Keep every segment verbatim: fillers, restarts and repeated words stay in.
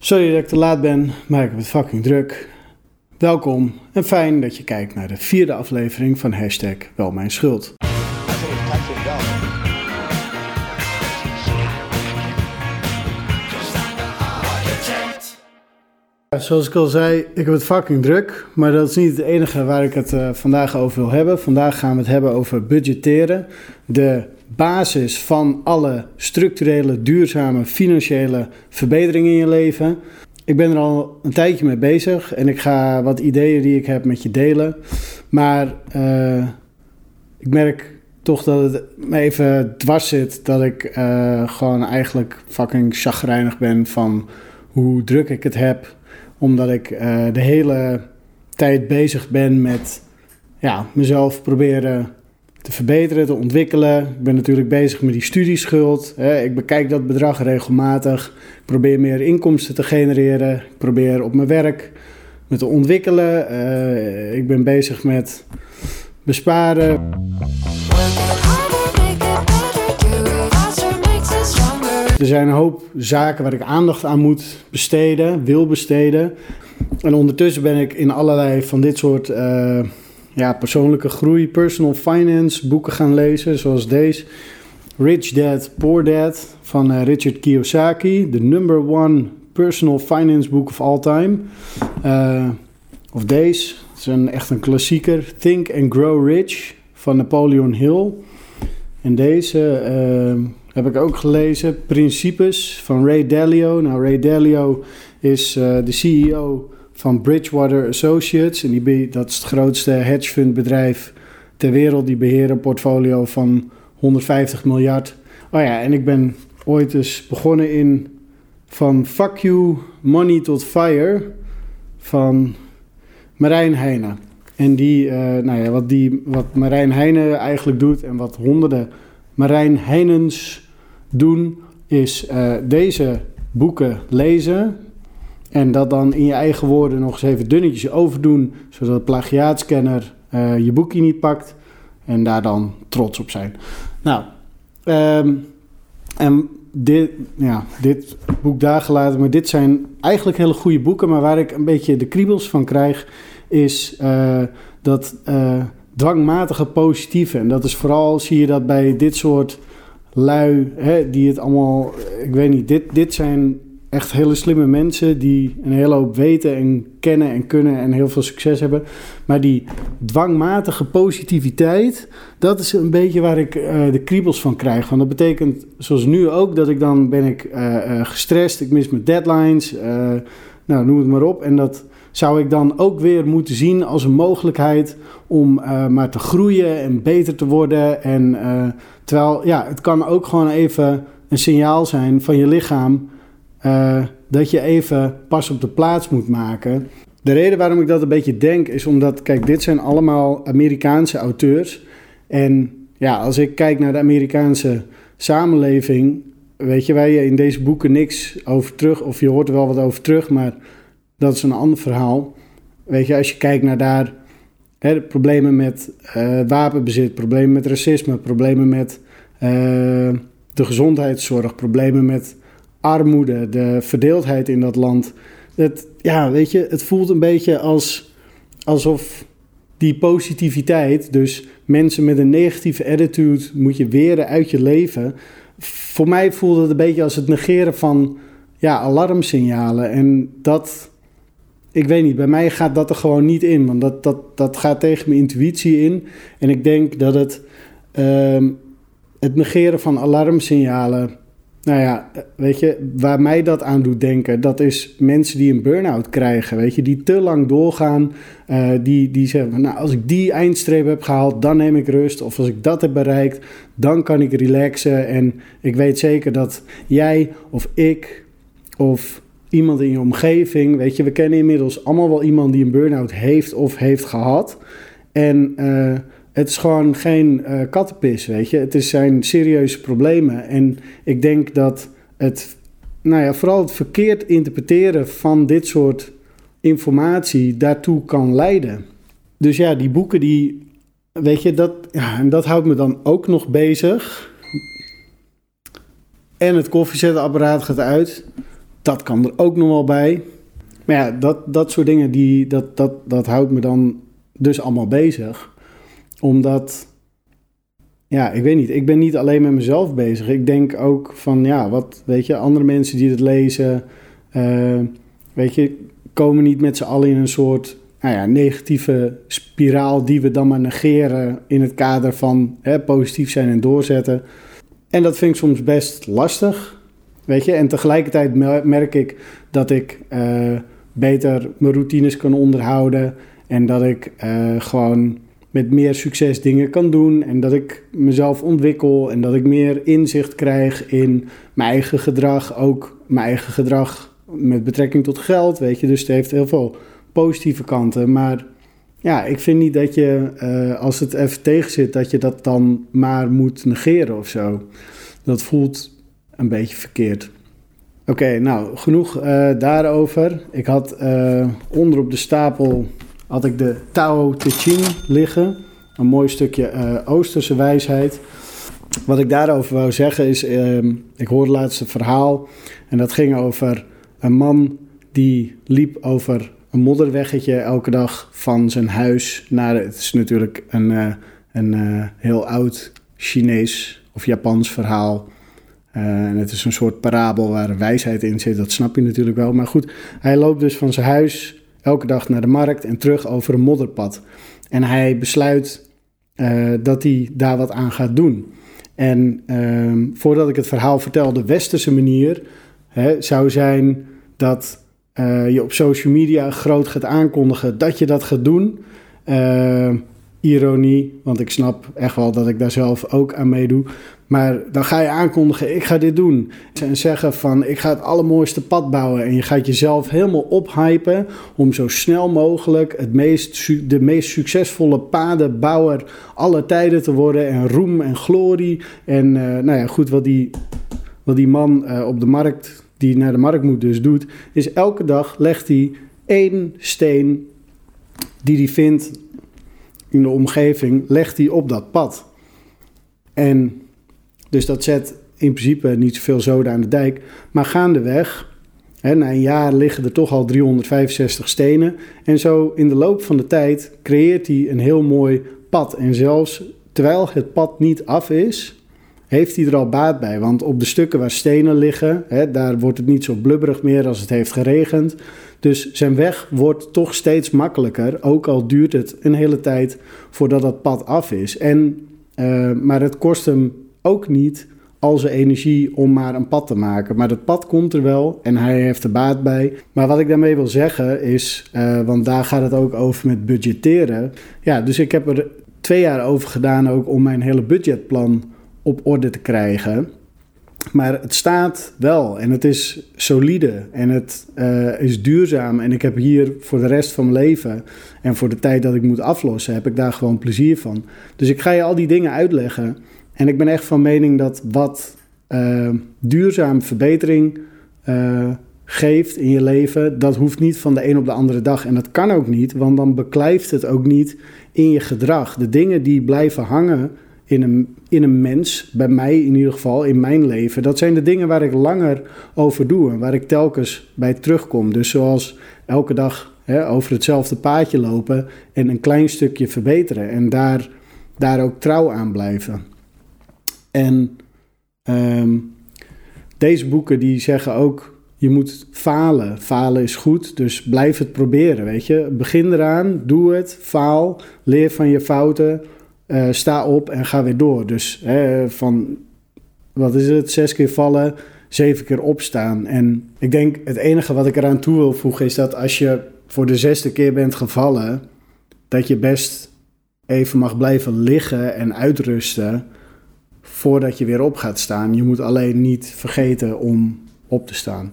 Sorry dat ik te laat ben, maar ik heb het fucking druk. Welkom en fijn dat je kijkt naar de vierde aflevering van hashtag Wel Mijn Schuld. Zoals ik al zei, ik heb het fucking druk, maar dat is niet het enige waar ik het uh, vandaag over wil hebben. Vandaag gaan we het hebben over budgetteren, de basis van alle structurele, duurzame, financiële verbeteringen in je leven. Ik ben er al een tijdje mee bezig en ik ga wat ideeën die ik heb met je delen. Maar uh, ik merk toch dat het me even dwars zit, dat ik uh, gewoon eigenlijk fucking chagrijnig ben van hoe druk ik het heb. Omdat ik uh, de hele tijd bezig ben met ja, mezelf proberen te verbeteren, te ontwikkelen. Ik ben natuurlijk bezig met die studieschuld. Hè. Ik bekijk dat bedrag regelmatig. Ik probeer meer inkomsten te genereren. Ik probeer op mijn werk me te ontwikkelen. Uh, ik ben bezig met besparen. Er zijn een hoop zaken waar ik aandacht aan moet besteden, wil besteden. En ondertussen ben ik in allerlei van dit soort uh, ja, persoonlijke groei, personal finance boeken gaan lezen, zoals deze. Rich Dad, Poor Dad van uh, Richard Kiyosaki. The number one personal finance book of all time. Uh, of deze, het is een, echt een klassieker. Think and Grow Rich van Napoleon Hill. En deze uh, heb ik ook gelezen. Principes van Ray Dalio. Nou, Ray Dalio is uh, de C E O van Bridgewater Associates. En die, dat is het grootste hedgefundbedrijf ter wereld. Die beheren een portfolio van honderdvijftig miljard. Oh ja, en ik ben ooit eens begonnen in van Fuck You, Money tot Fire van Marijn Heijnen. En die, uh, nou ja, wat, die, wat Marijn Heijnen eigenlijk doet en wat honderden Marijn Heijnens doen, is uh, deze boeken lezen en dat dan in je eigen woorden nog eens even dunnetjes overdoen, zodat de plagiaatscanner uh, je boekje niet pakt en daar dan trots op zijn. Nou, um, en dit, ja, dit boek daar gelaten, maar dit zijn eigenlijk hele goede boeken, maar waar ik een beetje de kriebels van krijg, is uh, dat uh, dwangmatige positieve. En dat is vooral, zie je dat bij dit soort lui, hè, die het allemaal, ik weet niet, dit, dit zijn echt hele slimme mensen die een hele hoop weten en kennen en kunnen en heel veel succes hebben. Maar die dwangmatige positiviteit, dat is een beetje waar ik uh, de kriebels van krijg. Want dat betekent, zoals nu ook, dat ik dan ben ik uh, uh, gestrest, ik mis mijn deadlines, uh, nou noem het maar op. En dat zou ik dan ook weer moeten zien als een mogelijkheid om uh, maar te groeien en beter te worden. En uh, terwijl, ja, het kan ook gewoon even een signaal zijn van je lichaam uh, dat je even pas op de plaats moet maken. De reden waarom ik dat een beetje denk is omdat, kijk, dit zijn allemaal Amerikaanse auteurs. En ja, als ik kijk naar de Amerikaanse samenleving, weet je, waar je in deze boeken niks over terug, of je hoort er wel wat over terug, maar dat is een ander verhaal. Weet je, als je kijkt naar daar, hè, de problemen met uh, wapenbezit, problemen met racisme, problemen met uh, de gezondheidszorg, problemen met armoede, de verdeeldheid in dat land. Het, ja, weet je, het voelt een beetje als, alsof die positiviteit, dus mensen met een negatieve attitude moet je weren uit je leven. Voor mij voelde het een beetje als het negeren van ja, alarmsignalen. En dat, ik weet niet, bij mij gaat dat er gewoon niet in. Want dat, dat, dat gaat tegen mijn intuïtie in. En ik denk dat het, uh, het negeren van alarmsignalen, nou ja, weet je, waar mij dat aan doet denken, dat is mensen die een burn-out krijgen, weet je, die te lang doorgaan, uh, die, die zeggen, nou, als ik die eindstreep heb gehaald, dan neem ik rust, of als ik dat heb bereikt, dan kan ik relaxen. En ik weet zeker dat jij of ik of iemand in je omgeving, weet je, we kennen inmiddels allemaal wel iemand die een burn-out heeft of heeft gehad. En uh, het is gewoon geen uh, kattenpis, weet je. Het is zijn serieuze problemen. En ik denk dat het, nou ja, vooral het verkeerd interpreteren van dit soort informatie daartoe kan leiden. Dus ja, die boeken die, weet je, dat, ja, en dat houdt me dan ook nog bezig. En het koffiezetapparaat gaat uit. dat kan er ook nog wel bij. Maar ja, dat, dat soort dingen, die, dat, dat, dat houdt me dan dus allemaal bezig. Omdat, ja, ik weet niet, ik ben niet alleen met mezelf bezig. Ik denk ook van, ja, wat, weet je, andere mensen die het lezen, uh, weet je, komen niet met z'n allen in een soort, nou ja, negatieve spiraal die we dan maar negeren in het kader van hè, positief zijn en doorzetten. En dat vind ik soms best lastig, weet je. En tegelijkertijd merk ik dat ik uh, beter mijn routines kan onderhouden en dat ik uh, gewoon met meer succes dingen kan doen en dat ik mezelf ontwikkel en dat ik meer inzicht krijg in mijn eigen gedrag, ook mijn eigen gedrag met betrekking tot geld, weet je. Dus het heeft heel veel positieve kanten, maar ja, ik vind niet dat je, uh, als het even tegen zit, dat je dat dan maar moet negeren of zo. Dat voelt een beetje verkeerd. Oké, okay, nou, genoeg uh, daarover. Ik had uh, onder op de stapel had ik de Tao Te Ching liggen. Een mooi stukje uh, Oosterse wijsheid. Wat ik daarover wou zeggen is, uh, ik hoorde laatst een verhaal en dat ging over een man die liep over een modderweggetje elke dag van zijn huis naar, het is natuurlijk een, uh, een uh, heel oud Chinees of Japans verhaal. Uh, en het is een soort parabel waar een wijsheid in zit, dat snap je natuurlijk wel. Maar goed, hij loopt dus van zijn huis elke dag naar de markt en terug over een modderpad. En hij besluit uh, dat hij daar wat aan gaat doen. En uh, voordat ik het verhaal vertel, de westerse manier hè, zou zijn dat uh, je op social media groot gaat aankondigen dat je dat gaat doen. Uh, ironie, want ik snap echt wel dat ik daar zelf ook aan meedoe. Maar dan ga je aankondigen, ik ga dit doen. En zeggen van, ik ga het allermooiste pad bouwen. En je gaat jezelf helemaal ophypen om zo snel mogelijk het meest, de meest succesvolle padenbouwer aller tijden te worden. En roem en glorie. En uh, nou ja, goed, wat die, wat die man uh, op de markt, die naar de markt moet dus doet, is elke dag legt hij één steen die hij vindt in de omgeving, legt hij op dat pad. En dus dat zet in principe niet zoveel zoden aan de dijk. Maar gaandeweg, hè, na een jaar liggen er toch al driehonderdvijfenzestig stenen. En zo in de loop van de tijd creëert hij een heel mooi pad. En zelfs terwijl het pad niet af is, heeft hij er al baat bij. Want op de stukken waar stenen liggen, hè, daar wordt het niet zo blubberig meer als het heeft geregend. Dus zijn weg wordt toch steeds makkelijker. Ook al duurt het een hele tijd voordat dat pad af is. En, uh, maar het kost hem ook niet al zijn energie om maar een pad te maken. Maar dat pad komt er wel en hij heeft er baat bij. Maar wat ik daarmee wil zeggen is, uh, want daar gaat het ook over met budgetteren. Ja, dus ik heb er twee jaar over gedaan ook om mijn hele budgetplan op orde te krijgen. Maar het staat wel en het is solide en het uh, is duurzaam. En ik heb hier voor de rest van mijn leven en voor de tijd dat ik moet aflossen, heb ik daar gewoon plezier van. Dus ik ga je al die dingen uitleggen. En ik ben echt van mening dat wat uh, duurzaam verbetering uh, geeft in je leven, dat hoeft niet van de een op de andere dag. En dat kan ook niet, want dan beklijft het ook niet in je gedrag. De dingen die blijven hangen in een, in een mens, bij mij in ieder geval, in mijn leven, dat zijn de dingen waar ik langer over doe en waar ik telkens bij terugkom. Dus zoals elke dag hè, over hetzelfde paadje lopen en een klein stukje verbeteren en daar, daar ook trouw aan blijven. En um, deze boeken die zeggen ook, je moet falen. Falen is goed, dus blijf het proberen, weet je. Begin eraan, doe het, faal, leer van je fouten, uh, sta op en ga weer door. Dus hè, van, wat is het, zes keer vallen, zeven keer opstaan. En ik denk, het enige wat ik eraan toe wil voegen is dat als je voor de zesde keer bent gevallen, dat je best even mag blijven liggen en uitrusten voordat je weer op gaat staan. Je moet alleen niet vergeten om op te staan.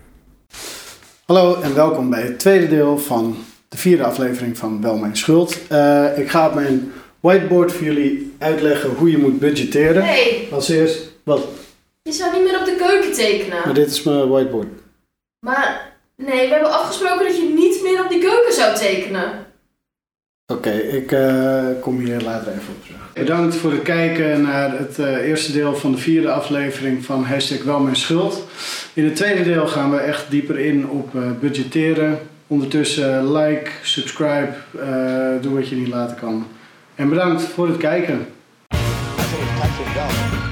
Hallo en welkom bij het tweede deel van de vierde aflevering van Wel Mijn Schuld. Uh, ik ga op mijn whiteboard voor jullie uitleggen hoe je moet budgetteren. Hey. Als eerst, wat? Je zou niet meer op de keuken tekenen. Maar dit is mijn whiteboard. Maar nee, we hebben afgesproken dat je niet meer op die keuken zou tekenen. Oké, okay, ik uh, kom hier later even op terug. Bedankt voor het kijken naar het uh, eerste deel van de vierde aflevering van hashtag Wel Mijn Schuld. In het tweede deel gaan we echt dieper in op uh, budgetteren. Ondertussen like, subscribe, uh, doe wat je niet laten kan. En bedankt voor het kijken.